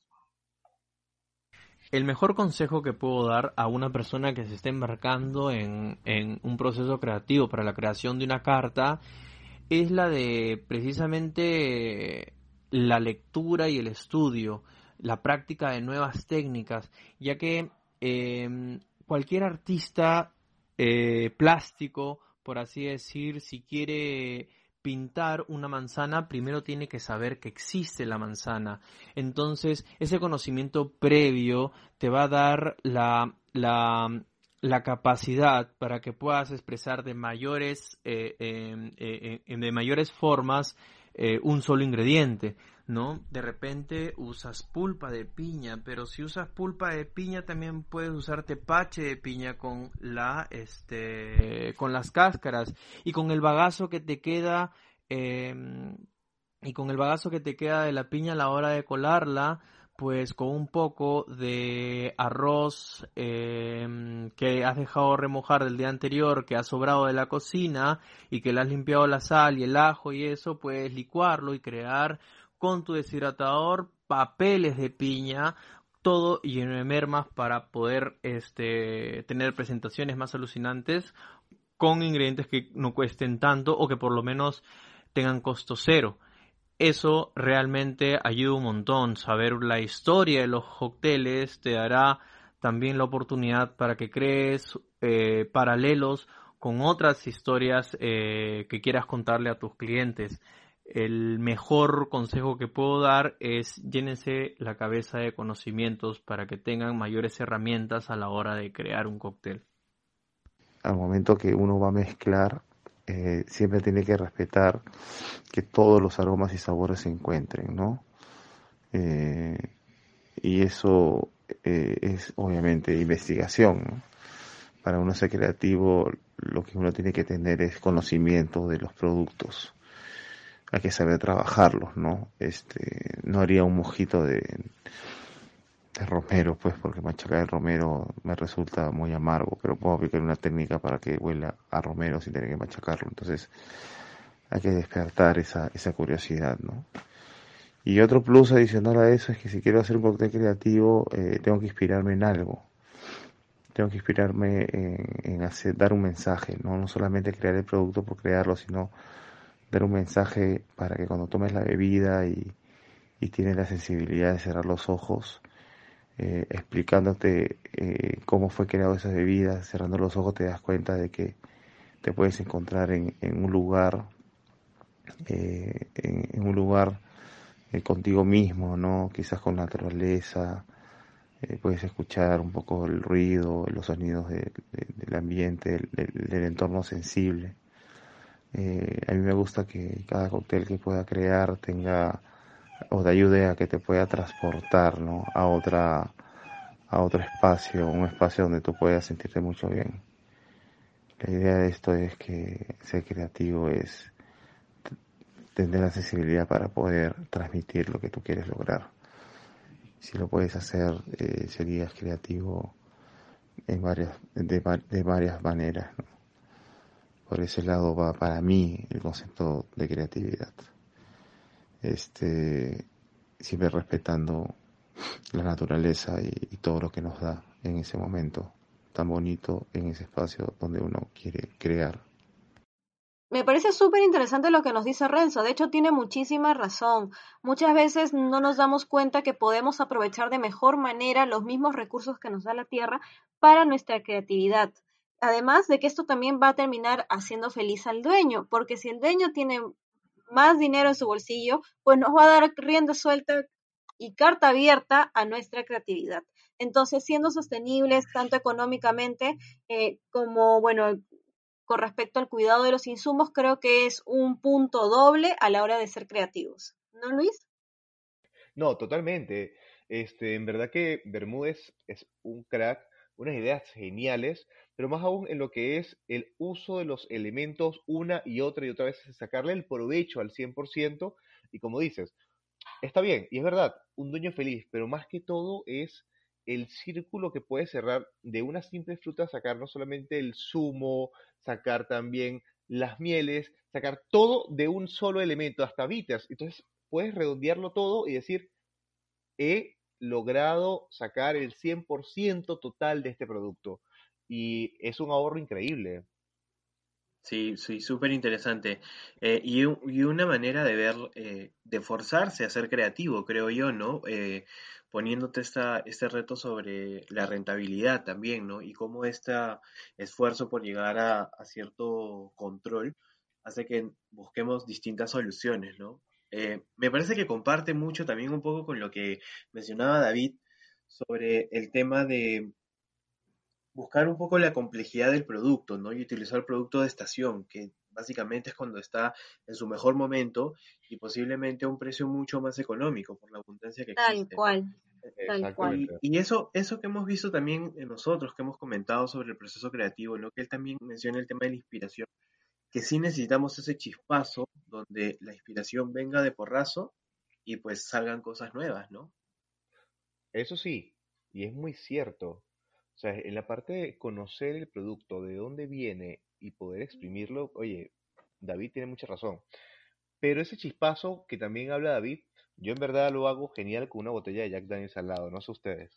El mejor consejo que puedo dar a una persona que se esté embarcando en un proceso creativo para la creación de una carta es la de precisamente la lectura y el estudio, la práctica de nuevas técnicas, ya que cualquier artista plástico, por así decir, si quiere pintar una manzana, primero tiene que saber que existe la manzana. Entonces, ese conocimiento previo te va a dar la capacidad para que puedas expresar de mayores formas un solo ingrediente, ¿no? De repente usas pulpa de piña, pero si usas pulpa de piña también puedes usar tepache de piña con las cáscaras y con el bagazo que te queda de la piña a la hora de colarla, pues con un poco de arroz que has dejado remojar del día anterior, que ha sobrado de la cocina y que le has limpiado la sal y el ajo y eso, puedes licuarlo y crear con tu deshidratador papeles de piña, todo lleno de mermas para poder tener presentaciones más alucinantes con ingredientes que no cuesten tanto o que por lo menos tengan costo cero. Eso realmente ayuda un montón. Saber la historia de los cócteles te dará también la oportunidad para que crees paralelos con otras historias que quieras contarle a tus clientes. El mejor consejo que puedo dar es llénense la cabeza de conocimientos para que tengan mayores herramientas a la hora de crear un cóctel. Al momento que uno va a mezclar, siempre tiene que respetar que todos los aromas y sabores se encuentren, ¿no? Eh, y eso es obviamente investigación, ¿no? Para uno ser creativo, lo que uno tiene que tener es conocimiento de los productos. Hay que saber trabajarlos, ¿no? No haría un mojito de romero, pues, porque machacar el romero me resulta muy amargo, pero puedo aplicar una técnica para que huela a romero sin tener que machacarlo. Entonces, hay que despertar esa curiosidad, ¿no? Y otro plus adicional a eso es que si quiero hacer un cóctel creativo, tengo que inspirarme en algo. Tengo que inspirarme en dar un mensaje, ¿no? No solamente crear el producto por crearlo, sino dar un mensaje para que cuando tomes la bebida y tienes la sensibilidad de cerrar los ojos, explicándote cómo fue creado esa bebida, cerrando los ojos te das cuenta de que te puedes encontrar en un lugar, en un lugar contigo mismo, ¿no? Quizás con la naturaleza, puedes escuchar un poco el ruido, los sonidos del ambiente, del entorno sensible. A mí me gusta que cada cóctel que pueda crear tenga o te ayude a que te pueda transportar, ¿no? a otro espacio, un espacio donde tú puedas sentirte mucho bien. La idea de esto es que ser creativo es tener la sensibilidad para poder transmitir lo que tú quieres lograr. Si lo puedes hacer, serías creativo de varias maneras, ¿no? Por ese lado va para mí el concepto de creatividad. Siempre respetando la naturaleza y todo lo que nos da en ese momento tan bonito, en ese espacio donde uno quiere crear. Me parece súper interesante lo que nos dice Renzo. De hecho, tiene muchísima razón. Muchas veces no nos damos cuenta que podemos aprovechar de mejor manera los mismos recursos que nos da la tierra para nuestra creatividad. Además de que esto también va a terminar haciendo feliz al dueño, porque si el dueño tiene más dinero en su bolsillo, pues nos va a dar rienda suelta y carta abierta a nuestra creatividad. Entonces, siendo sostenibles tanto económicamente como, bueno, con respecto al cuidado de los insumos, creo que es un punto doble a la hora de ser creativos. ¿No, Luis? No, totalmente. En verdad que Bermúdez es un crack, unas ideas geniales, pero más aún en lo que es el uso de los elementos una y otra vez, sacarle el provecho al 100%, y como dices, está bien, y es verdad, un dueño feliz, pero más que todo es el círculo que puede cerrar de una simple fruta, sacar no solamente el zumo, sacar también las mieles, sacar todo de un solo elemento, hasta bitters. Entonces puedes redondearlo todo y decir, he logrado sacar el 100% total de este producto. Y es un ahorro increíble. Sí, sí, súper interesante. Y una manera de ver, de forzarse a ser creativo, creo yo, ¿no? Poniéndote este reto sobre la rentabilidad también, ¿no? Y cómo este esfuerzo por llegar a cierto control hace que busquemos distintas soluciones, ¿no? Me parece que comparte mucho también un poco con lo que mencionaba David sobre el tema de buscar un poco la complejidad del producto, ¿no? Y utilizar el producto de estación, que básicamente es cuando está en su mejor momento y posiblemente a un precio mucho más económico por la abundancia que Tal existe, ¿no? cual, tal cual. Exactamente. Y eso que hemos visto también en nosotros, que hemos comentado sobre el proceso creativo, ¿no? Que él también menciona el tema de la inspiración, que sí necesitamos ese chispazo donde la inspiración venga de porrazo y pues salgan cosas nuevas, ¿no? Eso sí, y es muy cierto. O sea, en la parte de conocer el producto, de dónde viene y poder exprimirlo, oye, David tiene mucha razón. Pero ese chispazo que también habla David, yo en verdad lo hago genial con una botella de Jack Daniels al lado, no sé ustedes.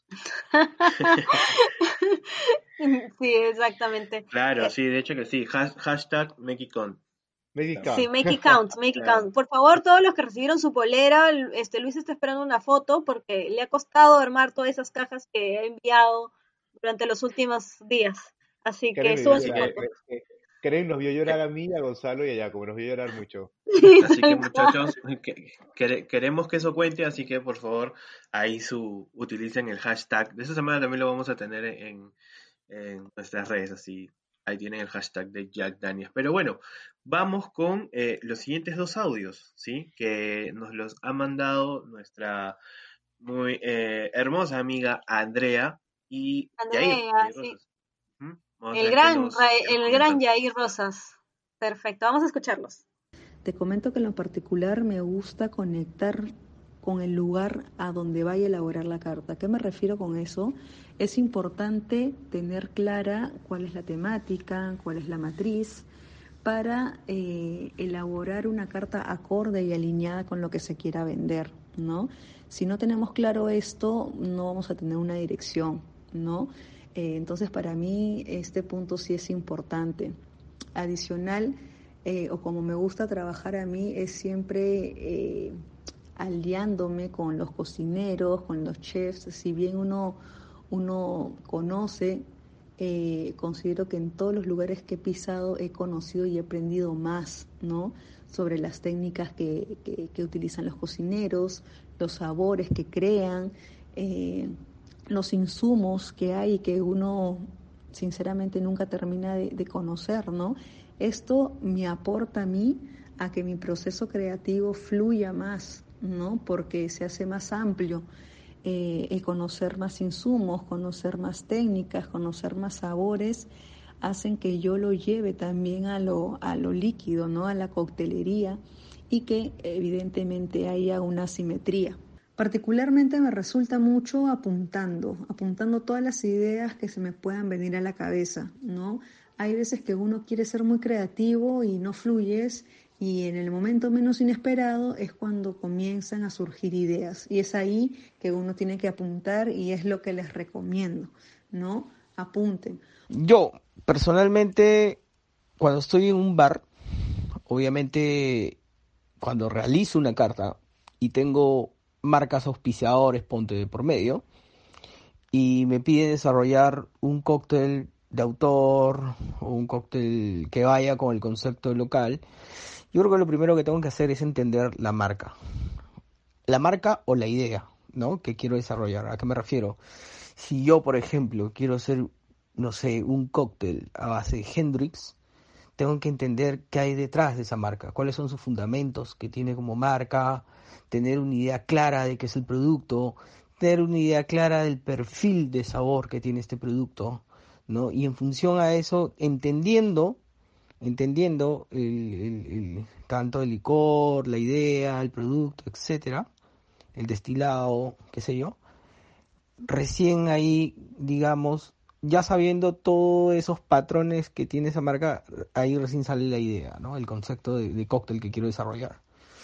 Sí, exactamente. Claro, sí, de hecho que sí. Hashtag make it count. Sí, Mexicano. make it count, make it Claro. count. Por favor, todos los que recibieron su polera, Luis está esperando una foto porque le ha costado armar todas esas cajas que he enviado durante los últimos días. Así Karen que me vio suban su Así llorar. que, foto. Karen nos vio llorar que- a mí, a Gonzalo y a Jacobo, nos vio llorar mucho. Sí, así que tal cual. muchachos, queremos que eso cuente, así que por favor ahí utilicen el hashtag. De esa semana también lo vamos a tener en nuestras redes, así ahí tienen el hashtag de Jack Daniels. Pero bueno, vamos con los siguientes dos audios, ¿sí? Que nos los ha mandado nuestra muy hermosa amiga Andrea y Yair, Andrea, Yair sí. Rosas. Ujú. Vamos a ver qué nos El gran comentan. Yair Rosas. Perfecto, vamos a escucharlos. Te comento que en lo particular me gusta conectar con el lugar a donde vaya a elaborar la carta. ¿A qué me refiero con eso? Es importante tener clara cuál es la temática, cuál es la matriz, para elaborar una carta acorde y alineada con lo que se quiera vender, ¿no? Si no tenemos claro esto, no vamos a tener una dirección, ¿no? Entonces, para mí, este punto sí es importante. Adicional, o como me gusta trabajar a mí, es siempre aliándome con los cocineros, con los chefs. Si bien uno conoce, considero que en todos los lugares que he pisado he conocido y he aprendido más, ¿no? Sobre las técnicas que utilizan los cocineros, los sabores que crean, los insumos que hay que uno sinceramente nunca termina de conocer, ¿no? Esto me aporta a mí a que mi proceso creativo fluya más, ¿no? Porque se hace más amplio. El conocer más insumos, conocer más técnicas, conocer más sabores, hacen que yo lo lleve también a lo líquido, ¿no? A la coctelería, y que evidentemente haya una simetría. Particularmente me resulta mucho apuntando todas las ideas que se me puedan venir a la cabeza, ¿no? Hay veces que uno quiere ser muy creativo y no fluyes, y en el momento menos inesperado es cuando comienzan a surgir ideas, y es ahí que uno tiene que apuntar, y es lo que les recomiendo, ¿no? Apunten. Yo, personalmente, cuando estoy en un bar obviamente, cuando realizo una carta y tengo marcas auspiciadores, ponte de por medio, y me pide desarrollar un cóctel de autor o un cóctel que vaya con el concepto local, yo creo que lo primero que tengo que hacer es entender la marca o la idea, ¿no? Que quiero desarrollar. ¿A qué me refiero? Si yo, por ejemplo, quiero hacer, no sé, un cóctel a base de Hendrix, tengo que entender qué hay detrás de esa marca, cuáles son sus fundamentos que tiene como marca, tener una idea clara de qué es el producto, tener una idea clara del perfil de sabor que tiene este producto, ¿no? Y en función a eso, entendiendo tanto el licor, la idea, el producto, etcétera, el destilado, qué sé yo, recién ahí, digamos, ya sabiendo todos esos patrones que tiene esa marca, ahí recién sale la idea, ¿no? El concepto de cóctel que quiero desarrollar.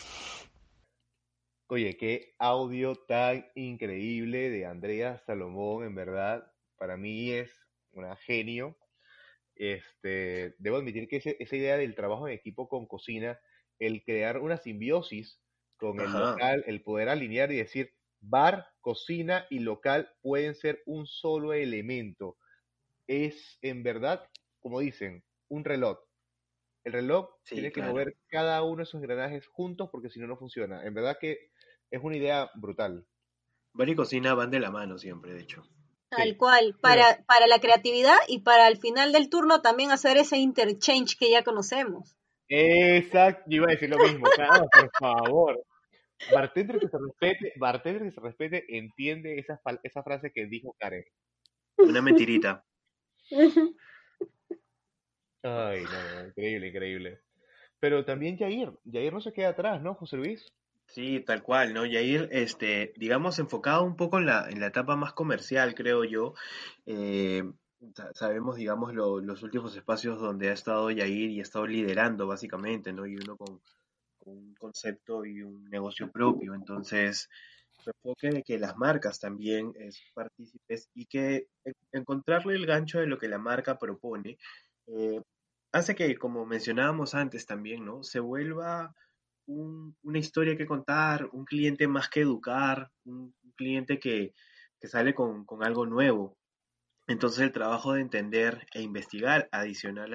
Oye, qué audio tan increíble de Andrea Salomón, en verdad, para mí es una genio. Debo admitir que esa idea del trabajo en equipo con cocina, el crear una simbiosis con el Ajá, local, el poder alinear y decir, bar, cocina y local pueden ser un solo elemento. Es en verdad, como dicen, un reloj. El reloj sí, tiene que claro. mover cada uno de esos engranajes juntos porque si no, no funciona. En verdad que es una idea brutal. Bar y cocina van de la mano siempre, de hecho. Tal Sí. cual, Bueno, para la creatividad y para el final del turno también hacer ese interchange que ya conocemos. exacto, yo iba a decir lo mismo. Claro, por favor. Bartender que se respete, entiende esa frase que dijo Karen. Una mentirita. Ay, no, no, increíble, increíble. Pero también Jair no se queda atrás, ¿no, José Luis? Sí, tal cual, ¿no? Yair, digamos, enfocado un poco en la etapa más comercial, creo yo. Eh, Sabemos, digamos, los últimos espacios donde ha estado Yair y ha estado liderando, básicamente, ¿no? Y uno con un concepto y un negocio propio. Entonces, su enfoque de que las marcas también son partícipes y que encontrarle el gancho de lo que la marca propone eh, hace que, como mencionábamos antes también, ¿no? Se vuelva una historia que contar, un cliente más que educar, un cliente que sale con algo nuevo. Entonces el trabajo de entender e investigar, adicional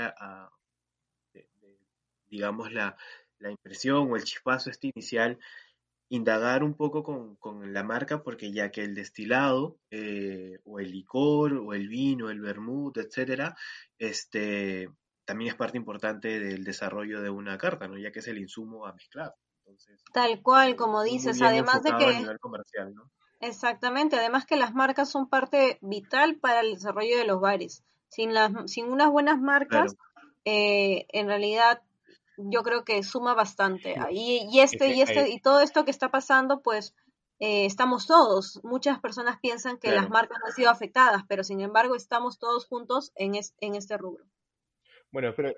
de, digamos, la impresión o el chispazo este inicial, indagar un poco con la marca, porque ya que el destilado, o el licor, o el vino, el vermut, etcétera, este, también es parte importante del desarrollo de una carta, ¿no? Ya que es el insumo a mezclar. Entonces, Tal cual, como muy, muy dices, bien además de enfocado a que, nivel comercial, ¿no? exactamente, además que las marcas son parte vital para el desarrollo de los bares. Sin unas buenas Claro, marcas, en realidad yo creo que suma bastante. No, ese, Y todo esto que está pasando, pues estamos todos. Muchas personas piensan que las claro. marcas no han sido afectadas, pero sin embargo estamos todos juntos en este rubro. bueno, pero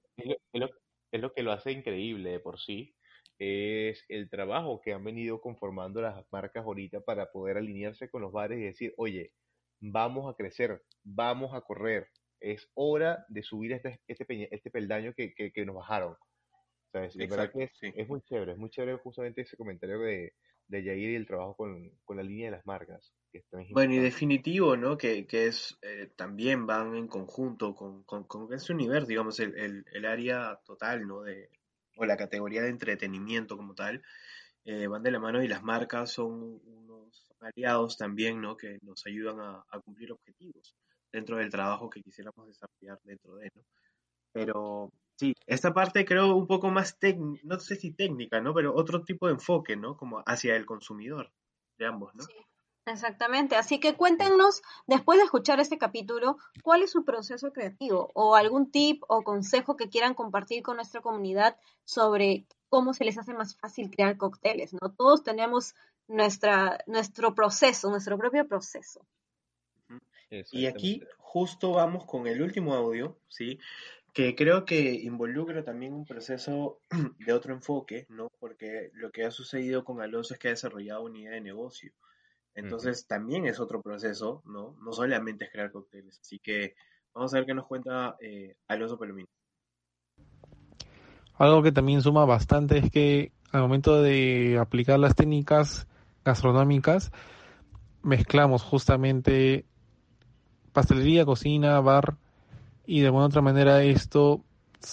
es lo que lo hace increíble de por sí, es el trabajo que han venido conformando las marcas ahorita para poder alinearse con los bares y decir, oye, vamos a crecer, vamos a correr, es hora de subir este peldaño que nos bajaron. ¿Sabes? Y en verdad que Exacto, sí. es muy chévere justamente ese comentario de Yair y el trabajo con la línea de las marcas, que también es Bueno, y importante. definitivo, ¿no? Que es, también van en conjunto con ese universo, digamos, el área total, ¿no? O la categoría de entretenimiento como tal, van de la mano y las marcas son unos aliados también, ¿no? Que nos ayudan a cumplir objetivos dentro del trabajo que quisiéramos desarrollar dentro de, ¿no? Pero sí, esta parte creo un poco más técnica, no sé si técnica, ¿no? Pero otro tipo de enfoque, ¿no? Como hacia el consumidor de ambos, ¿no? Sí, exactamente. Así que Sí. cuéntenos, después de escuchar este capítulo, cuál es su proceso creativo o algún tip o consejo que quieran compartir con nuestra comunidad sobre cómo se les hace más fácil crear cócteles, ¿no? Todos tenemos nuestro proceso, nuestro propio proceso. Ujú. Y aquí Exactamente. justo vamos con el último audio, ¿sí? Que creo que involucra también un proceso de otro enfoque, ¿no? Porque lo que ha sucedido con Alonso es que ha desarrollado una idea de negocio. Ujú. Entonces también es otro proceso, ¿no? No solamente es crear cócteles. Así que vamos a ver qué nos cuenta Alonso Palomino. Algo que también suma bastante es que al momento de aplicar las técnicas gastronómicas, mezclamos justamente pastelería, cocina, bar, y de alguna otra manera esto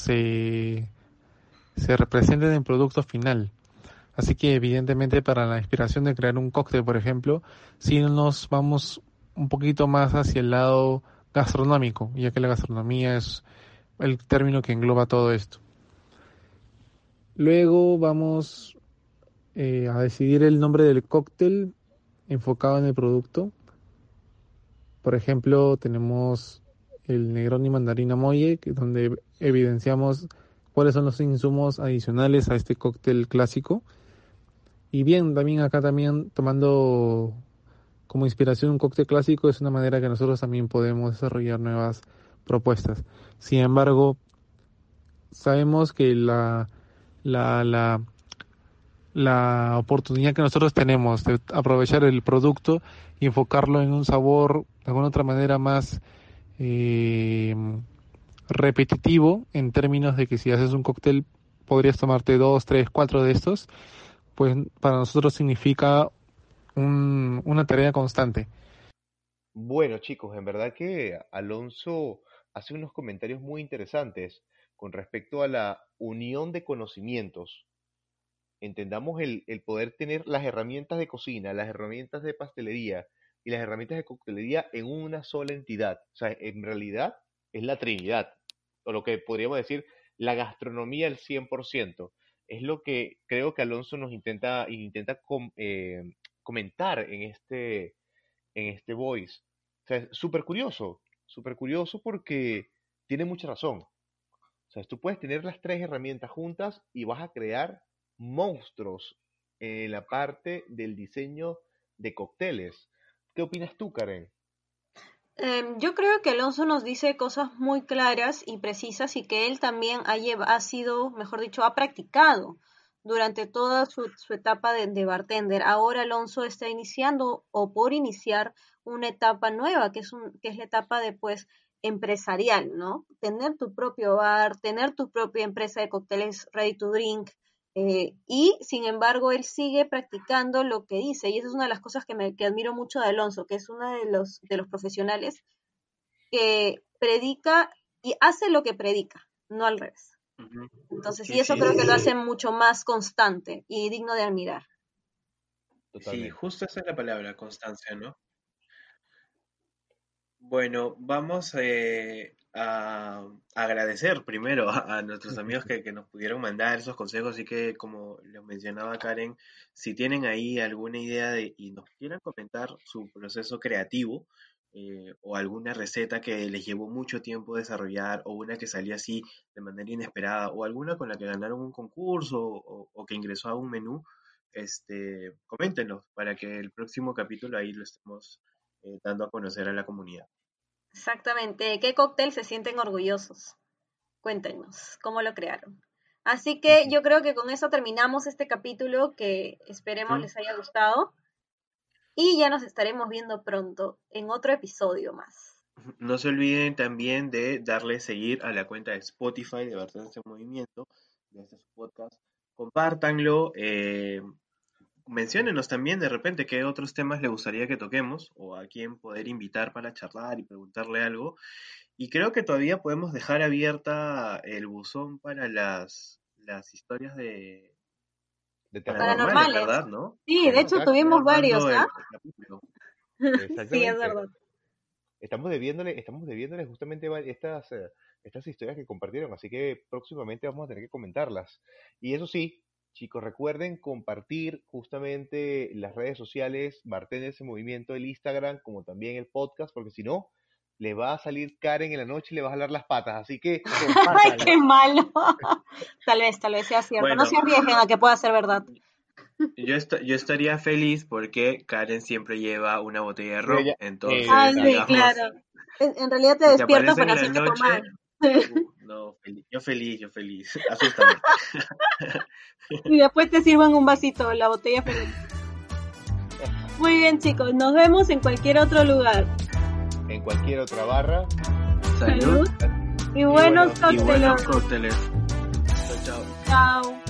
se representa en el producto final. Así que evidentemente para la inspiración de crear un cóctel, por ejemplo, sí nos vamos un poquito más hacia el lado gastronómico, ya que la gastronomía es el término que engloba todo esto. Luego vamos a decidir el nombre del cóctel enfocado en el producto. Por ejemplo, tenemos el Negroni Mandarina Molle, donde evidenciamos cuáles son los insumos adicionales a este cóctel clásico. Y bien, también acá tomando como inspiración un cóctel clásico es una manera que nosotros también podemos desarrollar nuevas propuestas. Sin embargo, sabemos que la oportunidad que nosotros tenemos de aprovechar el producto y enfocarlo en un sabor de alguna otra manera más repetitivo, en términos de que si haces un cóctel podrías tomarte 2, 3, 4 de estos, pues para nosotros significa una tarea constante. Bueno, chicos, en verdad que Alonso hace unos comentarios muy interesantes con respecto a la unión de conocimientos. Entendamos el poder tener las herramientas de cocina, las herramientas de pastelería y las herramientas de coctelería en una sola entidad. O sea, en realidad es la Trinidad, o lo que podríamos decir, la gastronomía al 100%. Es lo que creo que Alonso nos intenta comentar en este voice. O sea, es súper curioso porque tiene mucha razón. O sea, tú puedes tener las tres herramientas juntas y vas a crear monstruos en la parte del diseño de cócteles. ¿Qué opinas tú, Karen? Yo creo que Alonso nos dice cosas muy claras y precisas y que él también ha sido, mejor dicho, ha practicado durante toda su etapa de bartender. Ahora Alonso está iniciando o por iniciar una etapa nueva, que es la etapa de, pues, empresarial, ¿no? Tener tu propio bar, tener tu propia empresa de cócteles ready to drink, y sin embargo él sigue practicando lo que dice, y esa es una de las cosas que admiro mucho de Alonso, que es uno de los profesionales que predica y hace lo que predica, no al revés. Ujú. Entonces, Sí, y eso sí, creo que lo sí. hace mucho más constante y digno de admirar. Sí, Totalmente. justo esa es la palabra, constancia, ¿no? Bueno, vamos a agradecer primero a nuestros amigos que nos pudieron mandar esos consejos, así que como les mencionaba Karen, si tienen ahí alguna idea y nos quieran comentar su proceso creativo, o alguna receta que les llevó mucho tiempo desarrollar o una que salió así de manera inesperada o alguna con la que ganaron un concurso o que ingresó a un menú, coméntenos para que el próximo capítulo ahí lo estemos dando a conocer a la comunidad. Exactamente. ¿Qué cóctel se sienten orgullosos? Cuéntenos cómo lo crearon. Así que yo creo que con eso terminamos este capítulo, que esperemos Ujú. les haya gustado, y ya nos estaremos viendo pronto en otro episodio más. No se olviden también de darle seguir a la cuenta de Spotify de Bartenders en Movimiento, de este podcast. Compártanlo, menciónenos también de repente qué otros temas les gustaría que toquemos o a quién poder invitar para charlar y preguntarle algo. Y creo que todavía podemos dejar abierta el buzón para las historias De terror. paranormales, Paranormales. ¿verdad? ¿No? Sí, de hecho Exacto, tuvimos varios, Armando ¿ah? el capítulo. Sí, es exactamente. verdad. Estamos debiéndole justamente estas historias que compartieron, así que próximamente vamos a tener que comentarlas. Y eso sí, chicos, recuerden compartir justamente las redes sociales, Bartenders en Movimiento, el Instagram, como también el podcast, porque si no, le va a salir Karen en la noche y le va a jalar las patas, así que ¡Ay, compártanlo. qué malo! Tal vez sea cierto. No Bueno, se arriesguen a que pueda ser verdad. yo estaría feliz porque Karen siempre lleva una botella de ron, Ella- entonces, Ay, sí, digamos, claro. En realidad te si te despierto aparece en para la hacerte noche, tomar. no, yo feliz, asústame. Y después te sirvan un vasito, la botella feliz. Muy bien, chicos. Nos vemos en cualquier otro lugar. En cualquier otra barra. Salud Y buenos y buenos cócteles. cócteles. Chao, chao. Chao.